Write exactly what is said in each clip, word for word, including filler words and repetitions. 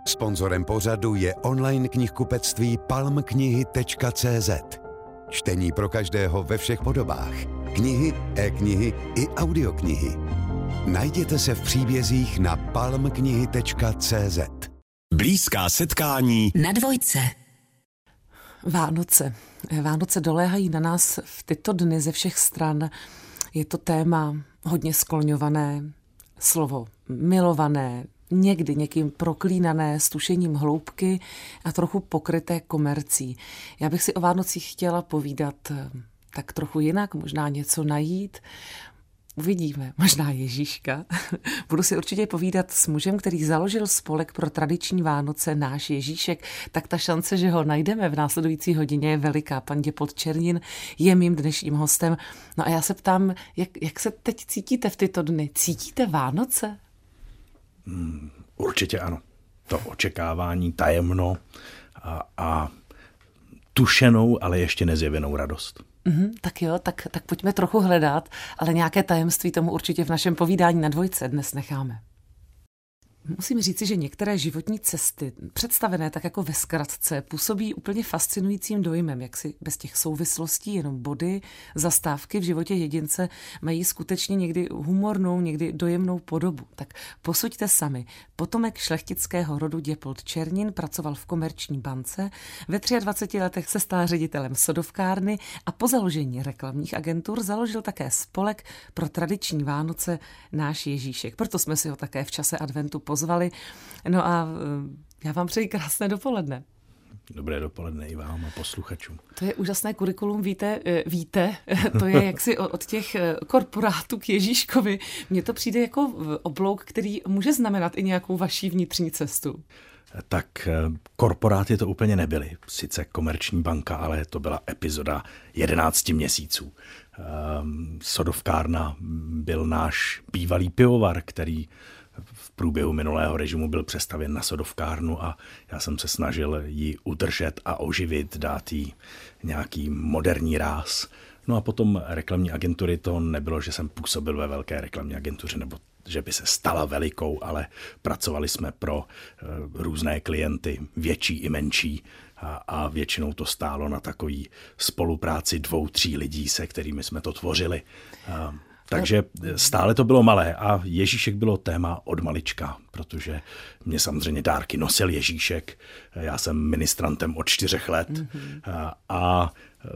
Sponzorem pořadu je online knihkupectví palm knihy tečka cé zet. Čtení pro každého ve všech podobách. Knihy, e-knihy i audioknihy. Najděte se v příbězích na palm knihy tečka cé zet. Blízká setkání na dvojce. Vánoce. Vánoce doléhají na nás v tyto dny ze všech stran. Je to téma hodně skloňované, slovo milované, někdy někým proklínané s tušením hloubky a trochu pokryté komercí. Já bych si o Vánocích chtěla povídat tak trochu jinak, možná něco najít. Uvidíme, možná Ježíška. Budu si určitě povídat s mužem, který založil spolek pro tradiční Vánoce Náš Ježíšek, tak ta šance, že ho najdeme v následující hodině, je veliká. Pan Děpold Černin je mým dnešním hostem. No a já se ptám, jak, jak se teď cítíte v tyto dny? Cítíte Vánoce? Hmm, určitě ano. To očekávání, tajemno a, a tušenou, ale ještě nezjevenou radost. Mm, tak jo, tak, tak pojďme trochu hledat, ale nějaké tajemství tomu určitě v našem povídání na dvojce dnes necháme. Musím říci, že některé životní cesty, představené tak jako ve zkratce, působí úplně fascinujícím dojmem, jak si bez těch souvislostí, jenom body, zastávky v životě jedince mají skutečně někdy humornou, někdy dojemnou podobu. Tak posuďte sami. Potomek šlechtického rodu Děpold Černin pracoval v Komerční bance, ve dvaceti třech letech se stal ředitelem sodovkárny a po založení reklamních agentur založil také spolek pro tradiční Vánoce Náš Ježíšek. Proto jsme si ho také v čase adventu pozvali. No a já vám přeji krásné dopoledne. Dobré dopoledne i vám a posluchačům. To je úžasné kurikulum, víte, víte, to je jaksi od těch korporátů k Ježíškovi. Mně to přijde jako oblouk, který může znamenat i nějakou vaší vnitřní cestu. Tak korporáty to úplně nebyly. Sice Komerční banka, ale to byla epizoda jedenácti měsíců. Sodovkárna byl náš bývalý pivovar, který v průběhu minulého režimu byl přestavěn na sodovkárnu a já jsem se snažil ji udržet a oživit, dát jí nějaký moderní ráz. No a potom reklamní agentury, to nebylo, že jsem působil ve velké reklamní agentuře nebo že by se stala velikou, ale pracovali jsme pro uh, různé klienty, větší i menší a, a většinou to stálo na takový spolupráci dvou, tří lidí, se kterými jsme to tvořili. Uh, Takže stále to bylo malé a Ježíšek bylo téma od malička, protože mě samozřejmě dárky nosil Ježíšek. Já jsem ministrantem od čtyřech let mm-hmm. a, a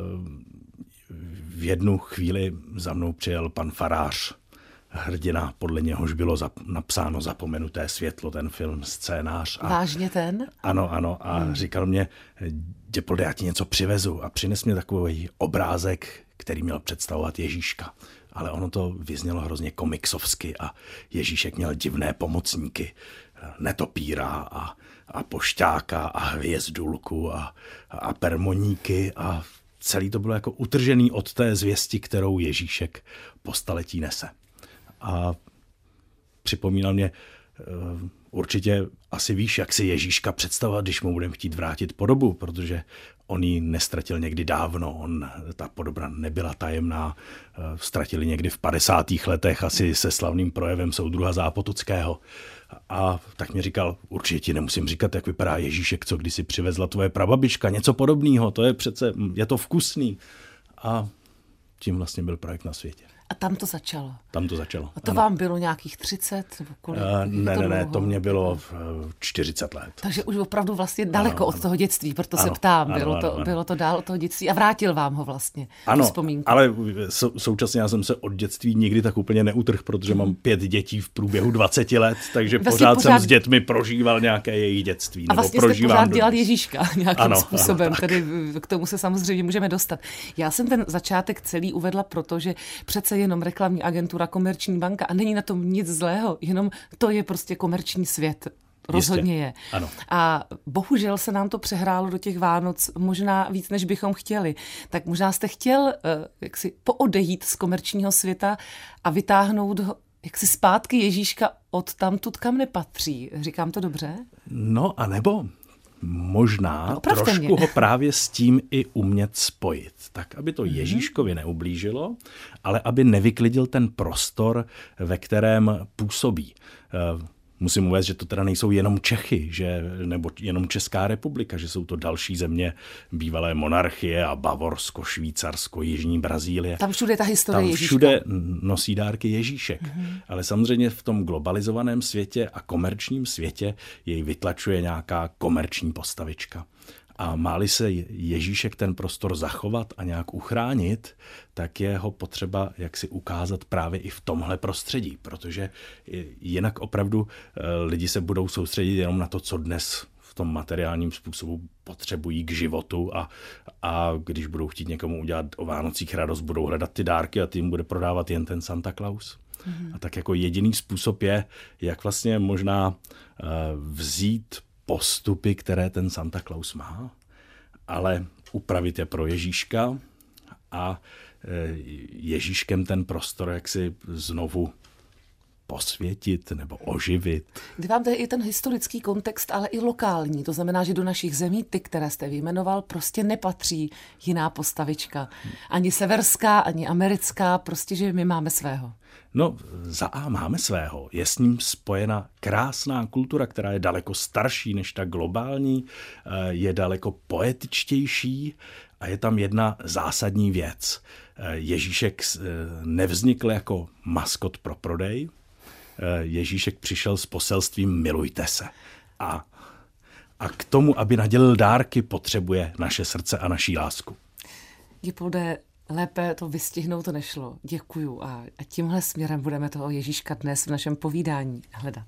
v jednu chvíli za mnou přijel pan farář, hrdina, podle něhož bylo zap, napsáno Zapomenuté světlo, ten film, scénář. A, vážně ten? Ano, ano. A hmm. říkal mě, Děpolde, já ti něco přivezu. A přines mi takový obrázek, který měl představovat Ježíška. Ale ono to vyznělo hrozně komiksovsky a Ježíšek měl divné pomocníky, netopíra a, a pošťáka a hvězdulku a, a permoníky a celý to bylo jako utržený od té zvěsti, kterou Ježíšek po staletí nese. A připomínal mě, určitě asi víš, jak si Ježíška představovat, když mu budeme chtít vrátit podobu, protože on ji nestratil někdy dávno, on, ta podoba nebyla tajemná, ztratili někdy v padesátých letech asi se slavným projevem soudruha Zápotockého. A tak mi říkal, určitě ti nemusím říkat, jak vypadá Ježíšek, co když si přivezla tvoje prababička, něco podobného, to je přece, je to vkusný. A tím vlastně byl projekt na světě. A tam to začalo. Tam to začalo. A to ano. Vám bylo nějakých třicet nebo kolik? Uh, ne, to ne, ne, to mě bylo čtyřicet let. Takže už opravdu vlastně daleko ano, od ano. toho dětství, proto ano, se ptám. Bylo, ano, to, ano. bylo to dál od toho dětství a vrátil vám ho vlastně. Ano, ale sou, současně já jsem se od dětství nikdy tak úplně neutrhl, protože mám pět dětí v průběhu dvaceti let, takže vlastně pořád, pořád jsem s dětmi prožíval nějaké jejich dětství. A vlastně jste pořád dělal Ježíška nějakým ano, způsobem, ano, tedy k tomu se samozřejmě můžeme dostat. Já jsem ten začátek celý uvedla, protože přece jenom reklamní agentura Komerční banka a není na tom nic zlého, jenom to je prostě komerční svět. Rozhodně Jistě. je. Ano. A bohužel se nám to přehrálo do těch Vánoc možná víc, než bychom chtěli. Tak možná jste chtěl uh, jaksi poodejít z komerčního světa a vytáhnout ho jaksi zpátky Ježíška od tamtud, kam nepatří. Říkám to dobře? No a nebo možná no, trošku mě. ho právě s tím i umět spojit. Tak, aby to Ježíškovi neublížilo, ale aby nevyklidil ten prostor, ve kterém působí. musím uvést, že to teda nejsou jenom Čechy, že, nebo jenom Česká republika, že jsou to další země bývalé monarchie a Bavorsko, Švýcarsko, Jižní Brazílie. Tam všude ta historie Tam Ježíška. všude nosí dárky Ježíšek. Mm-hmm. Ale samozřejmě v tom globalizovaném světě a komerčním světě jej vytlačuje nějaká komerční postavička. A má-li se Ježíšek ten prostor zachovat a nějak uchránit, tak je ho potřeba jaksi ukázat právě i v tomhle prostředí, protože jinak opravdu lidi se budou soustředit jenom na to, co dnes v tom materiálním způsobu potřebují k životu a, a když budou chtít někomu udělat o Vánocích radost, budou hledat ty dárky a tím bude prodávat jen ten Santa Claus. Mm-hmm. A tak jako jediný způsob je, jak vlastně možná uh, vzít postupy, které ten Santa Claus má, ale upravit je pro Ježíška a Ježíškem ten prostor jaksi znovu posvětit nebo oživit. Kdy vám to je i ten historický kontext, ale i lokální. To znamená, že do našich zemí, ty, které jste vyjmenoval, prostě nepatří jiná postavička. Ani severská, ani americká, prostě, že my máme svého. No, za A máme svého. Je s ním spojena krásná kultura, která je daleko starší než ta globální, je daleko poetičtější a je tam jedna zásadní věc. Ježíšek nevznikl jako maskot pro prodej, Ježíšek přišel s poselstvím milujte se. A, a k tomu, aby nadělil dárky, potřebuje naše srdce a naší lásku. Dipolde, lépe to vystihnout to nešlo. Děkuju a, a tímhle směrem budeme toho Ježíška dnes v našem povídání hledat.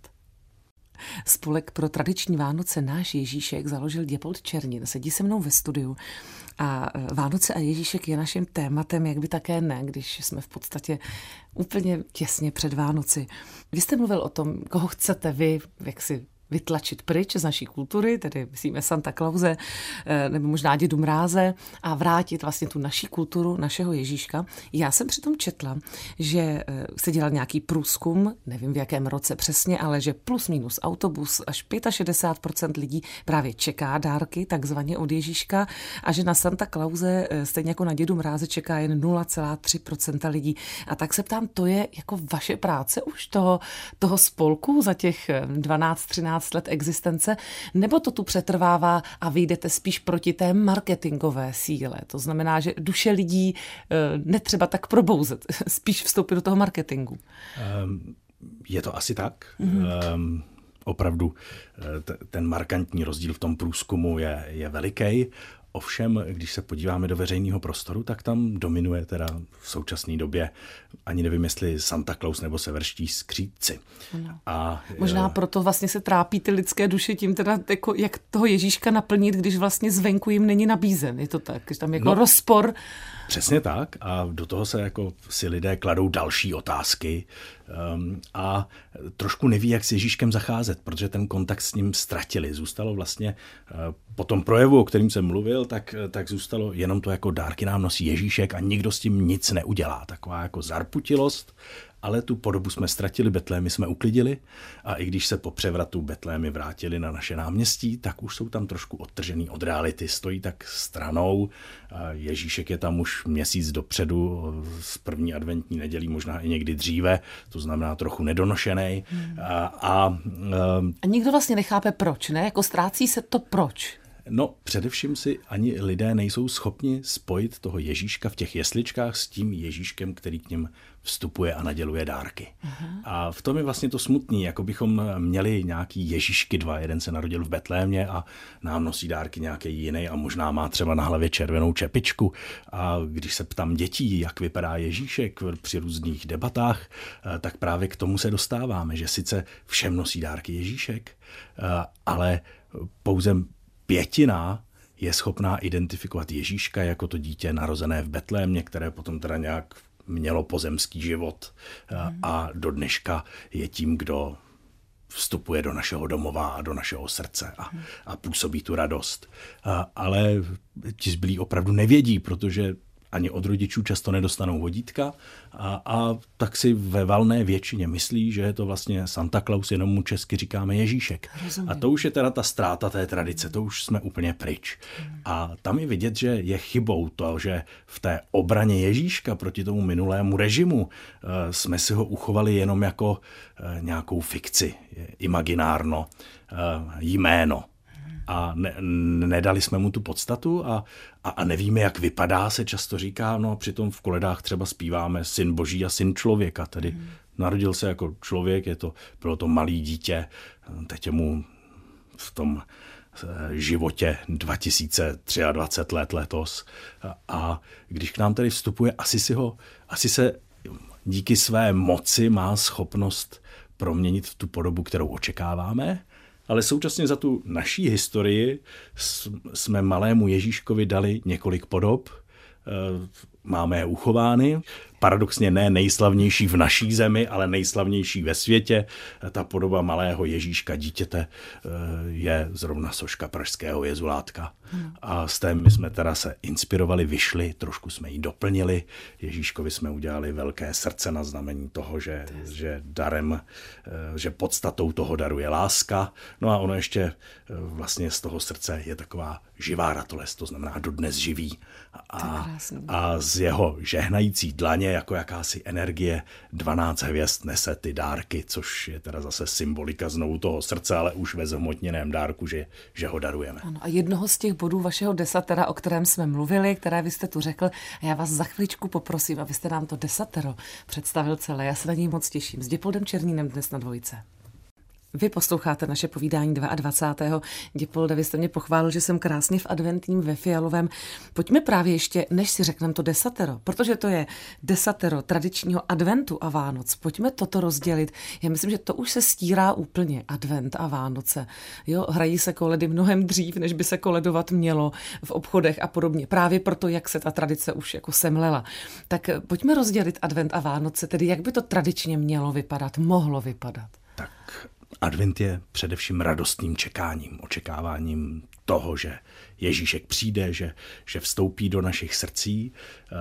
Spolek pro tradiční Vánoce Náš Ježíšek založil Diepold Černin. Sedí se mnou ve studiu a Vánoce a Ježíšek je naším tématem, jak by také ne, když jsme v podstatě úplně těsně před Vánoci. Vy jste mluvil o tom, koho chcete vy, jak si vytlačit pryč z naší kultury, tedy myslíme Santa Clause nebo možná Dědu Mráze a vrátit vlastně tu naší kulturu, našeho Ježíška. Já jsem přitom četla, že se dělal nějaký průzkum, nevím v jakém roce přesně, ale že plus minus autobus až šedesát pět procent lidí právě čeká dárky takzvaně od Ježíška a že na Santa Clause stejně jako na Dědu Mráze čeká jen nula celá tři procenta lidí. A tak se ptám, to je jako vaše práce už toho, toho spolku za těch dvanáct třináct let existence, nebo to tu přetrvává a vy jdete spíš proti té marketingové síle? To znamená, že duše lidí netřeba tak probouzet, spíš vstoupit do toho marketingu. Um, je to asi tak. Mm-hmm. Um, opravdu t- ten markantní rozdíl v tom průzkumu je, je veliký. Ovšem, když se podíváme do veřejného prostoru, tak tam dominuje teda v současné době, ani nevím, jestli Santa Claus nebo severští skřídci. A možná proto vlastně se trápí ty lidské duše tím teda, jako, jak toho Ježíška naplnit, když vlastně zvenku jim není nabízen. Je to tak, že tam jako no, rozpor. Přesně tak a do toho se jako si lidé kladou další otázky um, a trošku neví, jak s Ježíškem zacházet, protože ten kontakt s ním ztratili. Zůstalo vlastně uh, po tom projevu, o kterým jsem mluvil, tak, tak zůstalo jenom to, jako dárky nám nosí Ježíšek a nikdo s tím nic neudělá. Taková jako zarputilost, ale tu podobu jsme ztratili, Betlémy jsme uklidili a i když se po převratu Betlémy vrátili na naše náměstí, tak už jsou tam trošku odtržený od reality, stojí tak stranou. Ježíšek je tam už měsíc dopředu z první adventní nedělí, možná i někdy dříve, to znamená trochu nedonošenej. Hmm. A, a, a nikdo vlastně nechápe proč, ne? Jako ztrácí se to proč? No, především si ani lidé nejsou schopni spojit toho Ježíška v těch jesličkách s tím Ježíškem, který k nim vstupuje a naděluje dárky. Aha. A v tom je vlastně to smutný, jako bychom měli nějaký Ježíšky dva. Jeden se narodil v Betlémě a nám nosí dárky nějaký jiný a možná má třeba na hlavě červenou čepičku. A když se ptám dětí, jak vypadá Ježíšek při různých debatách, tak právě k tomu se dostáváme, že sice všem nosí dárky Ježíšek, ale pouze pětina je schopná identifikovat Ježíška jako to dítě narozené v Betlémě, které potom teda nějak mělo pozemský život a do dneška je tím, kdo vstupuje do našeho domova a do našeho srdce a, a působí tu radost. A, ale ti zbylí opravdu nevědí, protože ani od rodičů často nedostanou vodítka a, a tak si ve valné většině myslí, že je to vlastně Santa Claus, jenom mu česky říkáme Ježíšek. Rozumím. A to už je teda ta ztráta té tradice, to už jsme úplně pryč. Hmm. A tam je vidět, že je chybou to, že v té obraně Ježíška proti tomu minulému režimu uh, jsme si ho uchovali jenom jako uh, nějakou fikci, imaginárno, uh, jméno. A ne, nedali jsme mu tu podstatu a, a, a nevíme, jak vypadá, se často říká, no a přitom v koledách třeba zpíváme syn boží a syn člověka, tedy hmm. narodil se jako člověk, je to, bylo to malý dítě, teď je mu v tom životě dva tisíce dvacet tři let letos a, a když k nám tedy vstupuje, asi, si ho, asi se díky své moci má schopnost proměnit v tu podobu, kterou očekáváme, ale současně za tu naší historii jsme malému Ježíškovi dali několik podob, máme je uchovány, paradoxně ne nejslavnější v naší zemi, ale nejslavnější ve světě. Ta podoba malého Ježíška dítěte je zrovna soška pražského jezulátka. Hmm. A s tím my jsme teda se inspirovali, vyšli, trošku jsme ji doplnili. Ježíškovi jsme udělali velké srdce na znamení toho, že, že darem, že podstatou toho daru je láska. No a ono ještě vlastně z toho srdce je taková živá ratolest, to znamená dodnes živý. A, a z jeho žehnající dlaně jako jakási energie dvanáct hvězd nese ty dárky, což je teda zase symbolika znovu toho srdce, ale už ve zhmotněném dárku, že, že ho darujeme. Ano, a jednoho z těch bodů vašeho desatera, o kterém jsme mluvili, které vy jste tu řekl, a já vás za chviličku poprosím, abyste nám to desatero představil celé. Já se na něj moc těším. S Dippoldem Černínem dnes na Dvojce. Vy posloucháte naše povídání dvacátého druhého Dippolde, vy jste mě pochválil, že jsem krásně v adventním ve fialovém. Pojďme právě ještě, než si řekneme to desatero, protože to je desatero tradičního adventu a Vánoc. Pojďme toto rozdělit. Já myslím, že to už se stírá úplně, advent a Vánoce. Jo, hrají se koledy mnohem dřív, než by se koledovat mělo v obchodech a podobně. Právě proto, jak se ta tradice už jako semlela. Tak pojďme rozdělit advent a Vánoce, tedy jak by to tradičně mělo vypadat, mohlo vypadat. Tak advent je především radostným čekáním, očekáváním toho, že Ježíšek přijde, že, že vstoupí do našich srdcí,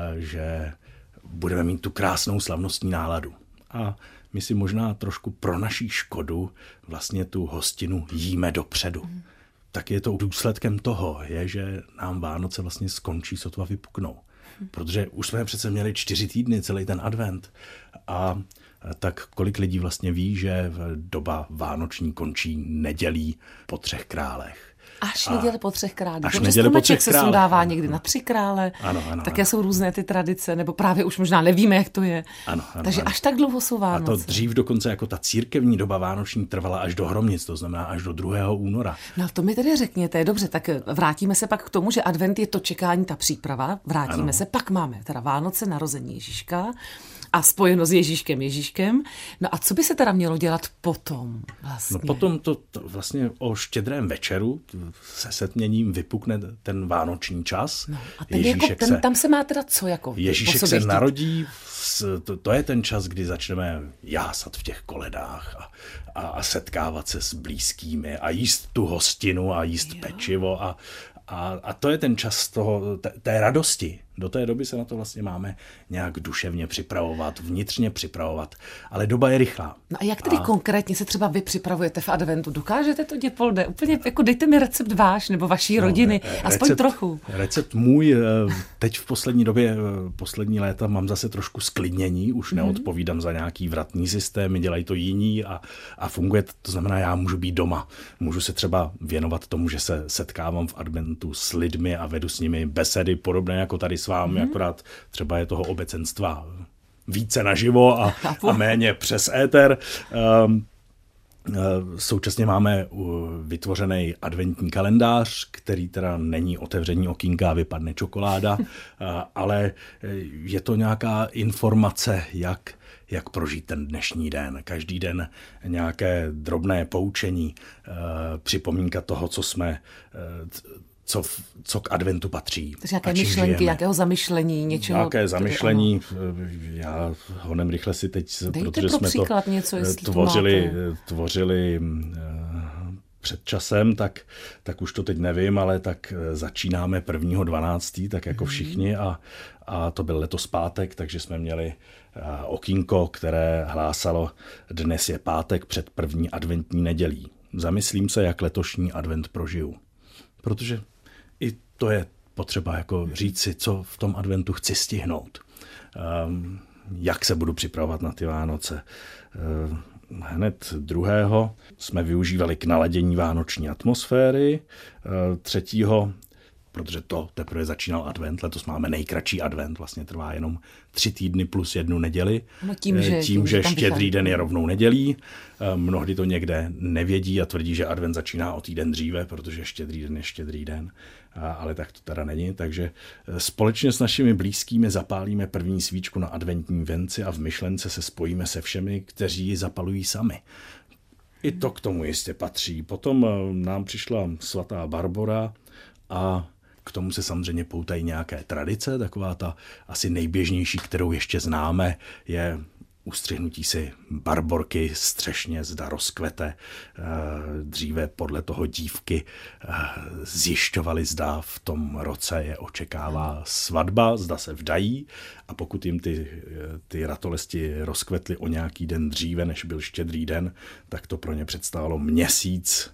že budeme mít tu krásnou slavnostní náladu. A my si možná trošku pro naší škodu vlastně tu hostinu jíme dopředu. Hmm. Tak je to důsledkem toho, je, že nám Vánoce vlastně skončí, sotva vypuknou. Hmm. Protože už jsme přece měli čtyři týdny, celý ten advent. A tak kolik lidí vlastně ví, že doba vánoční končí nedělí po třech králech. Až neděle po třech králech. Až neděle po třech se sundává někdy na tři krále. Ano, ano, také ano. Jsou různé ty tradice, nebo právě už možná nevíme, jak to je. Ano, ano, Takže ano. až tak dlouho jsou Vánoce. A to dřív dokonce jako ta církevní doba vánoční trvala až do Hromnic, to znamená až do druhého února. No to mi tedy řekněte, dobře, tak vrátíme se pak k tomu, že advent je to čekání, ta příprava, vrátíme ano. se, pak máme teda Vánoce, narození Ježíška a spojeno s Ježíškem Ježíškem. No a co by se teda mělo dělat potom vlastně? No potom to, to vlastně o štědrém večeru se setměním vypukne ten vánoční čas. No a ten jako, ten, se, tam se má teda co jako Ježíšek se narodí, to, to je ten čas, kdy začneme jásat v těch koledách a, a, a setkávat se s blízkými a jíst tu hostinu a jíst jo. pečivo a, a, a to je ten čas toho, té, té radosti. Do té doby se na to vlastně máme nějak duševně připravovat, vnitřně připravovat, ale doba je rychlá. No a jak tedy a... konkrétně se třeba vy připravujete v adventu? Dokážete to, Dippolde? Úplně jako dejte mi recept váš nebo vaší no, rodiny, recept, aspoň trochu. Recept můj, teď v poslední době, poslední léta mám zase trošku sklidnění, už mm-hmm. neodpovídám za nějaký vratný systém, dělají to jiní a, a funguje, to znamená, já můžu být doma. Můžu se třeba věnovat tomu, že se setkávám v adventu s lidmi a vedu s nimi besedy podobné jako tady s vámi, mm-hmm. akorát třeba je toho obecenstva více naživo a, a méně přes éter. Um, Současně máme vytvořený adventní kalendář, který teda není otevření okýnka a vypadne čokoláda, ale je to nějaká informace, jak, jak prožít ten dnešní den. Každý den nějaké drobné poučení, připomínka toho, co jsme... Co, co k adventu patří. Takže nějaké myšlenky, žijeme. Nějakého zamyšlení, něčeho. Nějaké zamyšlení, já honem rychle si teď, Dejte protože pro jsme příklad to něco, tvořili, tvořili před časem, tak, tak už to teď nevím, ale tak začínáme prvního dvanáctého tak jako všichni a, a to byl letos pátek, takže jsme měli okýnko, které hlásalo, dnes je pátek před první adventní nedělí. Zamyslím se, jak letošní advent prožiju. Protože i to je potřeba jako říct si, co v tom adventu chci stihnout. Um, jak se budu připravovat na ty Vánoce. Um, hned druhého jsme využívali k naladění vánoční atmosféry. Um, třetího, protože to teprve začínal advent, letos máme nejkratší advent, vlastně trvá jenom tři týdny plus jednu neděli. No tím, že, tím, tím, že štědrý vychází. den je rovnou nedělí. Mnohdy to někde nevědí a tvrdí, že advent začíná o týden dříve, protože štědrý den je štědrý den, ale tak to teda není. Takže společně s našimi blízkými zapálíme první svíčku na adventní venci a v myšlence se spojíme se všemi, kteří ji zapalují sami. I to k tomu jistě patří. Potom nám přišla svatá Barbora a k tomu se samozřejmě poutají nějaké tradice. Taková ta asi nejběžnější, kterou ještě známe, je ustřihnutí si barborky střešně, zda rozkvete. Dříve podle toho dívky zjišťovali, zda v tom roce je očekává svatba, zda se vdají a pokud jim ty, ty ratolesti rozkvetly o nějaký den dříve, než byl štědrý den, tak to pro ně představovalo měsíc,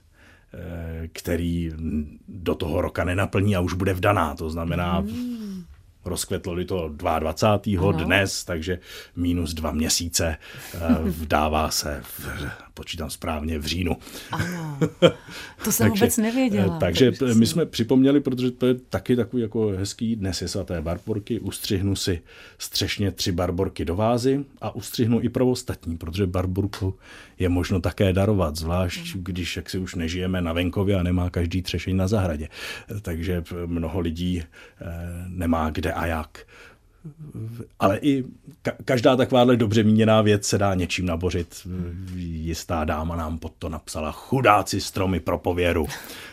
který do toho roka nenaplní a už bude vdaná. To znamená, mm. rozkvetlo to dvacátého druhého dnes, takže minus dva měsíce vdává se, v, počítám správně, v říjnu. Ano, to jsem takže, vůbec nevěděla. Takže my jsme připomněli, protože to je taky takový jako hezký, dnes je svaté barborky, ustřihnu si střešně tři barborky do vázy a ustřihnu i pro ostatní, protože barborku je možno také darovat, zvlášť když jak si už nežijeme na venkově a nemá každý třešeň na zahradě. Takže mnoho lidí nemá kde a jak. Ale i každá takováhle dobře míněná věc se dá něčím nabořit. Jistá dáma nám pod to napsala chudáci stromy pro pověru.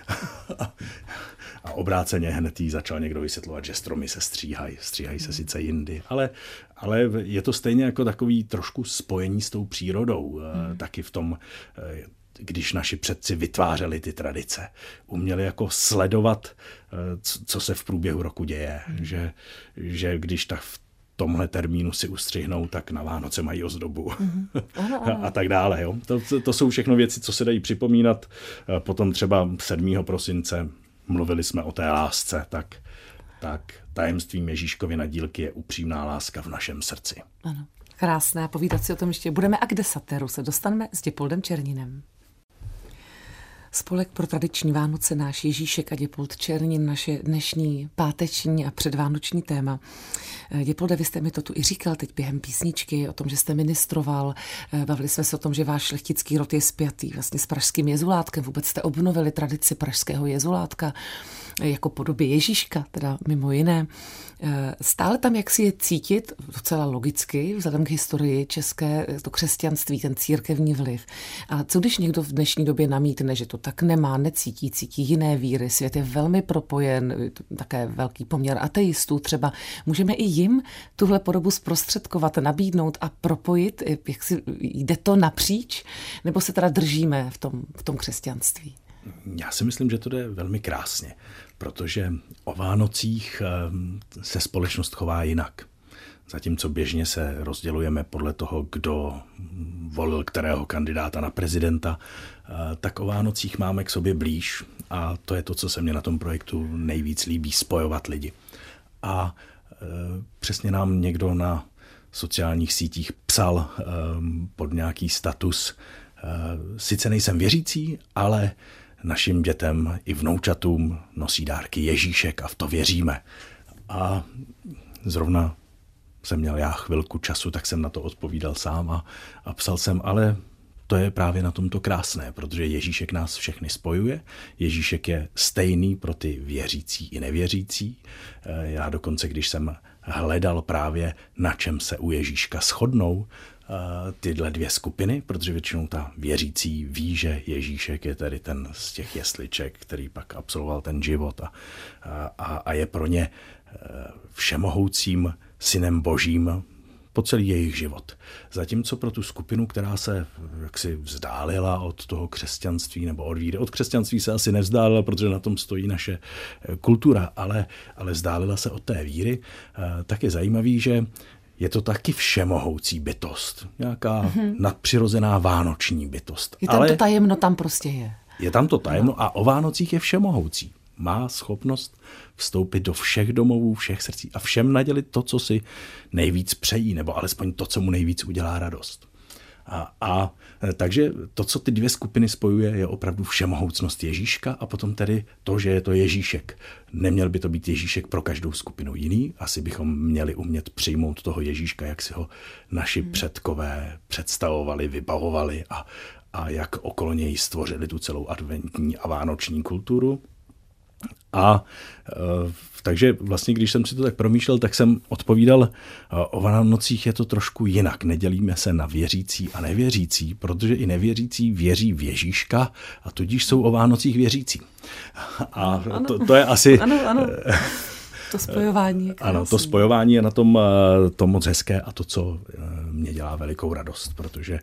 A obráceně hned jí začal někdo vysvětlovat, že stromy se stříhají. Stříhají se sice jindy, ale, ale je to stejně jako takový trošku spojení s tou přírodou. Hmm. Taky v tom, když naši předci vytvářeli ty tradice. Uměli jako sledovat, co se v průběhu roku děje. Hmm. Že, že když tak v tomhle termínu si ustřihnou, tak na Vánoce mají ozdobu. Mm-hmm. Ano, ano. A tak dále. Jo. To, to, to jsou všechno věci, co se dají připomínat. Potom třeba sedmého prosince mluvili jsme o té lásce, tak, tak tajemstvím Ježíškovy nadílky je upřímná láska v našem srdci. Ano. Krásné, povídat si o tom ještě budeme a k desateru se dostaneme s Dipoldem Černinem. Spolek pro tradiční Vánoce, náš Ježíšek a Dipold Černin, naše dnešní páteční a předvánoční téma. Dipolde, vy jste mi to tu i říkal teď během písničky, o tom, že jste ministroval, bavili jsme se o tom, že váš šlechtický rod je spjatý vlastně s pražským jezulátkem, vůbec jste obnovili tradici pražského jezulátka jako podobě Ježíška, teda mimo jiné. Stále tam jak si je cítit, docela logicky, vzhledem k historii české, to křesťanství, ten církevní vliv. A co když někdo v dnešní době namítne, že to tak nemá, necítí, cítí jiné víry, svět je velmi propojen, také velký poměr ateistů třeba. Můžeme i jim tuhle podobu zprostředkovat, nabídnout a propojit, jak si jde to napříč, nebo se teda držíme v tom, v tom křesťanství? Já si myslím, že to jde velmi krásně, protože o Vánocích se společnost chová jinak. Zatímco běžně se rozdělujeme podle toho, kdo volil kterého kandidáta na prezidenta, tak o Vánocích máme k sobě blíž a to je to, co se mně na tom projektu nejvíc líbí, spojovat lidi. A přesně nám někdo na sociálních sítích psal pod nějaký status, sice nejsem věřící, ale našim dětem i vnoučatům nosí dárky Ježíšek a v to věříme. A zrovna jsem měl já chvilku času, tak jsem na to odpovídal sám a, a psal jsem, ale to je právě na tomto krásné, protože Ježíšek nás všechny spojuje. Ježíšek je stejný pro ty věřící i nevěřící. Já dokonce, když jsem hledal právě, na čem se u Ježíška shodnou tyhle dvě skupiny, protože většinou ta věřící ví, že Ježíšek je tedy ten z těch jesliček, který pak absolvoval ten život a, a, a je pro ně všemohoucím synem božím, po celý jejich život. Zatímco pro tu skupinu, která se jaksi vzdálila od toho křesťanství nebo od víry, od křesťanství se asi nevzdálila, protože na tom stojí naše kultura, ale, ale vzdálila se od té víry, tak je zajímavý, že je to taky všemohoucí bytost. Nějaká mm-hmm. nadpřirozená vánoční bytost. Je tam ale to tajemno, tam prostě je. Je tam to tajemno no. A o Vánocích je všemohoucí. Má schopnost vstoupit do všech domovů, všech srdcí a všem nadělit to, co si nejvíc přejí, nebo alespoň to, co mu nejvíc udělá radost. A, a takže to, co ty dvě skupiny spojuje, je opravdu všemohoucnost Ježíška a potom tedy to, že je to Ježíšek. Neměl by to být Ježíšek pro každou skupinu jiný, asi bychom měli umět přijmout toho Ježíška, jak si ho naši hmm. předkové představovali, vybavovali a, a jak okolo něj stvořili tu celou adventní a vánoční kulturu. A e, takže vlastně, když jsem si to tak promýšlel, tak jsem odpovídal, o Vánocích je to trošku jinak. Nedělíme se na věřící a nevěřící, protože i nevěřící věří v Ježíška a tudíž jsou o Vánocích věřící. A to, to je asi... Ano, ano. To spojování je krásný. Ano, to spojování je na tom to moc hezké a to, co mě dělá velikou radost, protože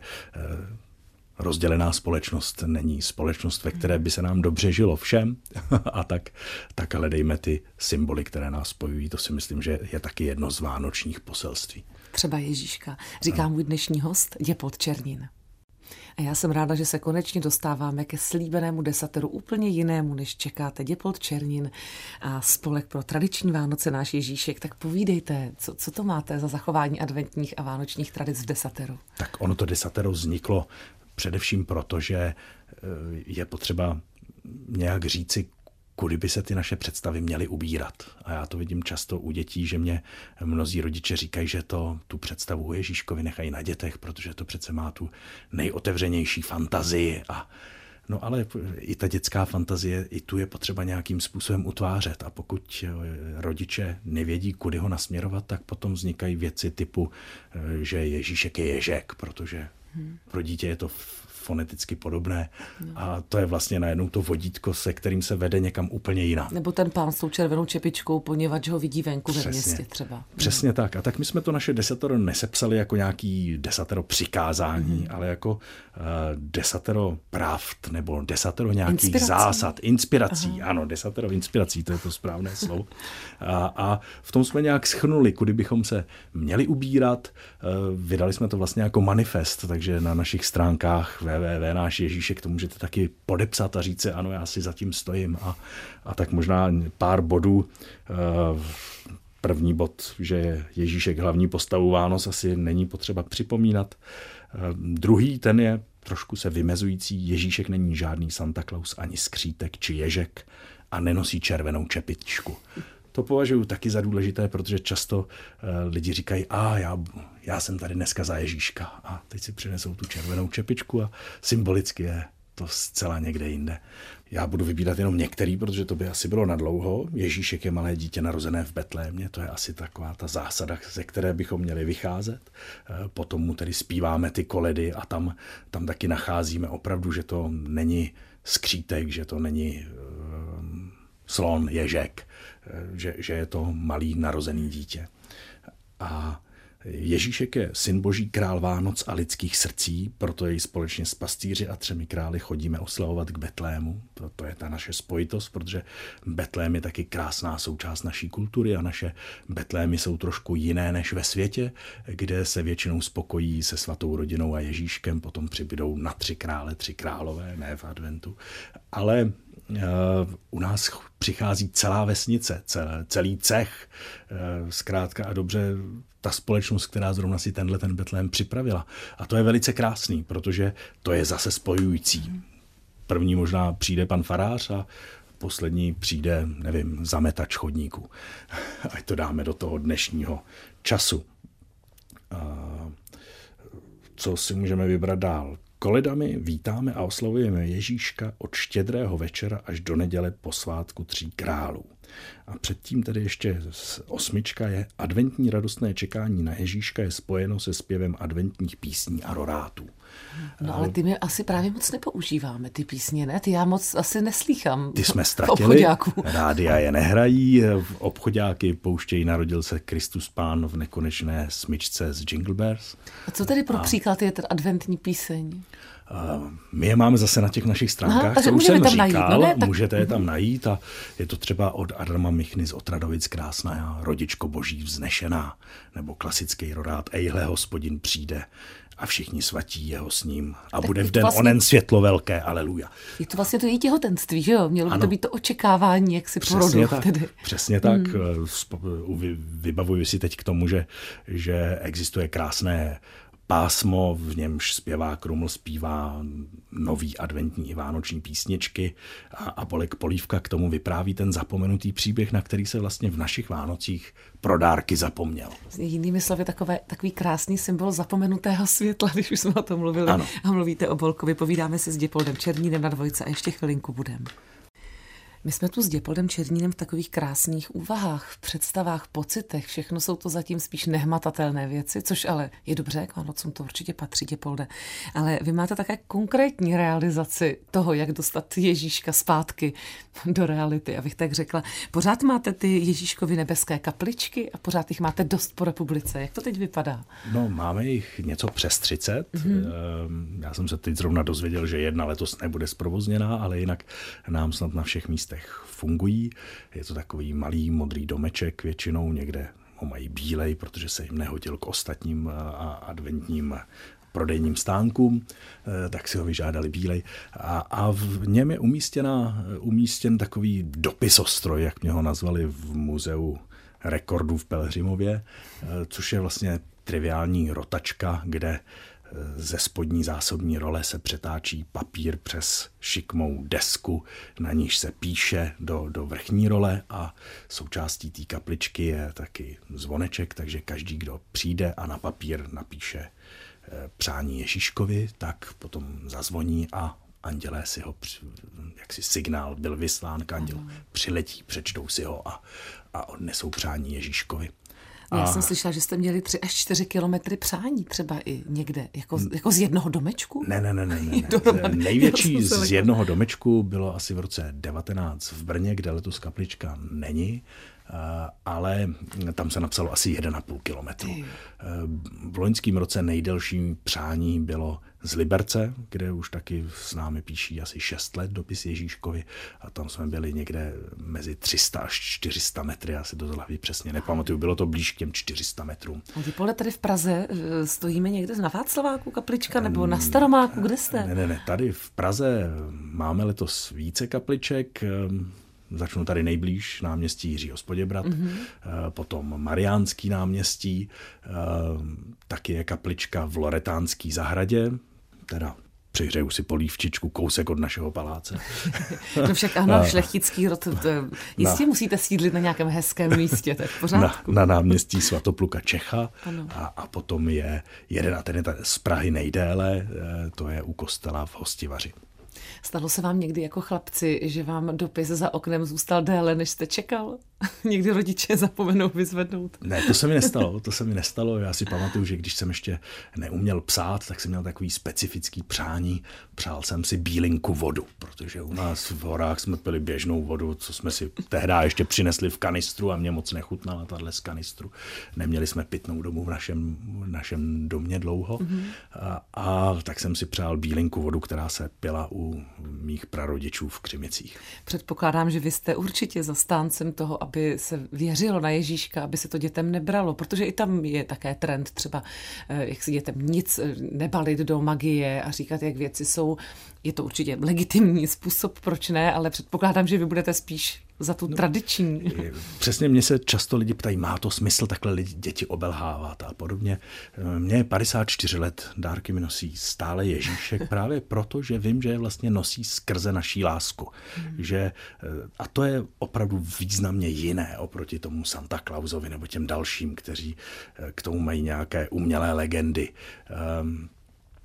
rozdělená společnost není společnost, ve které by se nám dobře žilo všem a tak, tak hledejme ty symboly, které nás spojují. To si myslím, že je taky jedno z vánočních poselství. Třeba Ježíška, říká můj dnešní host Děpold Černin. A já jsem ráda, že se konečně dostáváme ke slíbenému desateru úplně jinému, než čekáte. Děpold Černin a Spolek pro tradiční Vánoce náš Ježíšek. Tak povídejte, co, co to máte za zachování adventních a vánočních tradic v desateru? Tak ono to desatero vzniklo především proto, že je potřeba nějak říci, kudy by se ty naše představy měly ubírat. A já to vidím často u dětí, že mě mnozí rodiče říkají, že to tu představu o Ježíškovi nechají na dětech, protože to přece má tu nejotevřenější fantazii. A no ale i ta dětská fantazie, i tu je potřeba nějakým způsobem utvářet. A pokud rodiče nevědí, kudy ho nasměrovat, tak potom vznikají věci typu, že Ježíšek je ježek, protože pro dítě je to foneticky podobné a to je vlastně najednou to vodítko, se kterým se vede někam úplně jinam. Nebo ten pán s tou červenou čepičkou, poněvadž ho vidí venku ve městě třeba. Přesně tak. A tak my jsme to naše desatero nesepsali jako nějaký desatero přikázání, mm. ale jako uh, desatero pravd nebo desatero nějakých inspirací. zásad, inspirací. Aha. Ano, desatero inspirací, to je to správné slovo. A, a v tom jsme nějak shrnuli, kudy bychom se měli ubírat. Uh, vydali jsme to vlastně jako manifest, takže na našich stránkách w w w tečka náš Ježíšek, to můžete taky podepsat a říct si, ano, já si za tím stojím. A, a tak možná pár bodů. První bod, že je Ježíšek hlavní postavu Vánoc, asi není potřeba připomínat. Druhý, ten je trošku se vymezující. Ježíšek není žádný Santa Claus, ani skřítek či ježek a nenosí červenou čepičku. To považuji taky za důležité, protože často uh, lidi říkají, a já, já jsem tady dneska za Ježíška a teď si přinesou tu červenou čepičku a symbolicky je to zcela někde jinde. Já budu vybírat jenom některý, protože to by asi bylo nadlouho. Ježíšek je malé dítě narozené v Betlémě, to je asi taková ta zásada, ze které bychom měli vycházet. Uh, potom mu tedy zpíváme ty koledy a tam, tam taky nacházíme opravdu, že to není skřítek, že to není uh, slon, ježek, Že, že je to malý narozený dítě. A Ježíšek je syn Boží, král Vánoc a lidských srdcí, proto jej společně s pastýři a třemi králi chodíme oslavovat k Betlému. To, to je ta naše spojitost, protože Betlém je taky krásná součást naší kultury a naše Betlémy jsou trošku jiné než ve světě, kde se většinou spokojí se svatou rodinou a Ježíškem, potom přibydou na tři krále, tři králové, ne v adventu. Ale uh, u nás přichází celá vesnice, celé, celý cech, uh, zkrátka a dobře ta společnost, která zrovna si tenhle ten Betlém připravila. A to je velice krásný, protože to je zase spojující. První možná přijde pan farář a poslední přijde, nevím, zametač chodníků. Ať to dáme do toho dnešního času. Uh, co si můžeme vybrat dál? Koledami vítáme a oslavujeme Ježíška od štědrého večera až do neděle po svátku tří králů. A předtím tedy ještě osmička je adventní radostné čekání na Ježíška je spojeno se zpěvem adventních písní a rorátů. No ale ty my asi právě moc nepoužíváme, ty písně, ne? Ty já moc asi neslýchám. Ty jsme ztratili, rádia je nehrají, obchodáky pouštějí Narodil se Kristus Pán v nekonečné smyčce z Jingle Bells. A co tedy pro a... příklad je ten adventní píseň? My je máme zase na těch našich stránkách, Aha, co už jsem říkal, najít, no ne, tak... můžete je tam najít a je to třeba od Adama Michny z Otradovic krásná Rodičko Boží vznešená, nebo klasický rorát Ejhle Hospodin přijde a všichni svatí jeho s ním a tak bude v den vlastně... onen světlo velké, aleluja. Je to vlastně to její těhotenství, že jo? Mělo by ano. to být to očekávání, jak si porodu. Tak, tedy. Přesně tak. Hmm. Vybavuju si teď k tomu, že, že existuje krásné pásmo, v němž zpěvák Ruml zpívá nový adventní i vánoční písničky a, a Bolek Polívka k tomu vypráví ten zapomenutý příběh, na který se vlastně v našich Vánocích pro dárky zapomněl. Jinými slovy takové, takový krásný symbol zapomenutého světla, když už jsme o tom mluvili. Ano. A mluvíte o Bolkovi, povídáme si s Děpoldem Černínem na Dvojce a ještě chvilinku budeme. My jsme tu s Děpoldem Černínem v takových krásných úvahách, představách, pocitech. Všechno jsou to zatím spíš nehmatatelné věci, což ale je dobře, k Vánocům to určitě patří, Děpolde. Ale vy máte také konkrétní realizaci toho, jak dostat Ježíška zpátky do reality, abych tak řekla. Pořád máte ty Ježíškovy nebeské kapličky a pořád jich máte dost po republice. Jak to teď vypadá? No, máme jich něco přes třicet. Mm-hmm. Já jsem se teď zrovna dozvěděl, že jedna letos nebude zprovozněná, ale jinak nám snad na všech místech fungují. Je to takový malý modrý domeček, většinou někde ho mají bílej, protože se jim nehodil k ostatním adventním prodejním stánkům, tak si ho vyžádali bílej. A, a v něm je umístěna, umístěn takový dopisostroj, jak mě ho nazvali v muzeu rekordů v Pelhřimově, což je vlastně triviální rotačka, kde ze spodní zásobní role se přetáčí papír přes šikmou desku, na níž se píše do, do vrchní role a součástí té kapličky je taky zvoneček, takže každý, kdo přijde a na papír napíše přání Ježíškovi, tak potom zazvoní a andělé si ho, jaksi signál byl vyslán k andělu, přiletí, přečtou si ho a, a odnesou přání Ježíškovi. Já jsem slyšela, že jste měli tři až čtyři kilometry přání třeba i někde, jako, jako z jednoho domečku? Ne, ne, ne, ne. ne. Největší z jednoho domečku bylo asi v roce devatenáct v Brně, kde letos kaplička není, ale tam se napsalo asi jeden a půl kilometru. V loňském roce nejdelší přání bylo z Liberce, kde už taky s námi píší asi šest let dopis Ježíškovi a tam jsme byli někde mezi tři sta až čtyři sta metry, já si to z hlavy přesně nepamatuju, bylo to blíž k těm čtyři sta metrům. A Děpolde, tady v Praze stojíme někde na Václaváku kaplička nebo na Staromáku, kde jste? Ne, ne, ne, tady v Praze máme letos více kapliček. Začnu tady nejblíž, náměstí Jiřího z Poděbrad, mm-hmm. potom Mariánský náměstí, taky je kaplička v Loretánský zahradě, teda přihřeju si polívčičku, kousek od našeho paláce. No však ano, šlechtický rod, jistě na, musíte sídlit na nějakém hezkém místě, tak v pořádku. Na, na náměstí Svatopluka Čecha a, a potom je jeden, a ten je z Prahy nejdéle, to je u kostela v Hostivaři. Stalo se vám někdy jako chlapci, že vám dopis za oknem zůstal déle, než jste čekal? Někdy rodiče zapomenou vyzvednout. Ne, to se mi nestalo, to se mi nestalo. Já si pamatuju, že když jsem ještě neuměl psát, tak jsem měl takový specifický přání. Přál jsem si bílinku vodu, protože u nás v horách jsme pili běžnou vodu, co jsme si tehdy ještě přinesli v kanistru a mě moc nechutnala tahle z kanistru. Neměli jsme pitnou domu v našem, v našem domě dlouho. Mm-hmm. A, a tak jsem si přál bílinku vodu, která se pila u mých prarodičů v Křimicích. Předpokládám, že vy jste určitě zastáncem toho, aby se věřilo na Ježíška, aby se to dětem nebralo, protože i tam je také trend třeba, jak si dětem nic nebalit do magie a říkat, jak věci jsou. Je to určitě legitimní způsob, proč ne, ale předpokládám, že vy budete spíš za tu no, tradiční. Přesně, mě se často lidi ptají, má to smysl takhle lidi, děti obelhávat a podobně. Mně je padesát čtyři let, dárky mi nosí stále Ježíšek právě proto, že vím, že je vlastně nosí skrze naší lásku. Hmm. Že, a to je opravdu významně jiné oproti tomu Santa Clausovi nebo těm dalším, kteří k tomu mají nějaké umělé legendy. Um,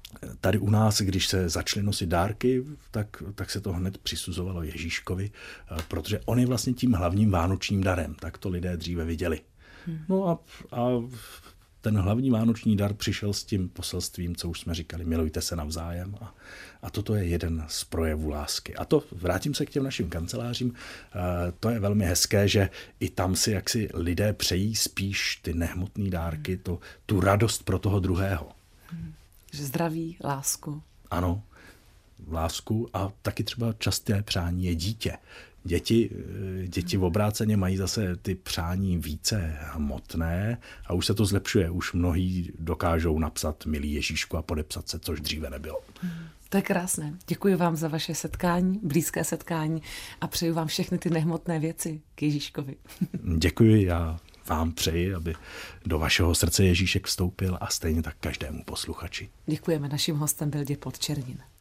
Tady u nás, když se začaly nosit dárky, tak, tak se to hned přisuzovalo Ježíškovi, protože on je vlastně tím hlavním vánočním darem. Tak to lidé dříve viděli. Hmm. No a, a ten hlavní vánoční dar přišel s tím poselstvím, co už jsme říkali, milujte se navzájem. A, a toto je jeden z projevů lásky. A to, vrátím se k těm našim kancelářím, to je velmi hezké, že i tam si jaksi lidé přejí spíš ty nehmotné dárky, to, tu radost pro toho druhého. Hmm. Že zdraví, lásku. Ano, lásku a taky třeba časté přání je dítě. Děti, děti v obráceně mají zase ty přání více hmotné a už se to zlepšuje. Už mnohí dokážou napsat milý Ježíšku a podepsat se, což dříve nebylo. To je krásné. Děkuji vám za vaše setkání, blízké setkání a přeju vám všechny ty nehmotné věci k Ježíškovi. Děkuji, já vám přeji, aby do vašeho srdce Ježíšek vstoupil a stejně tak každému posluchači. Děkujeme. Naším hostem byl Dět Podčernin.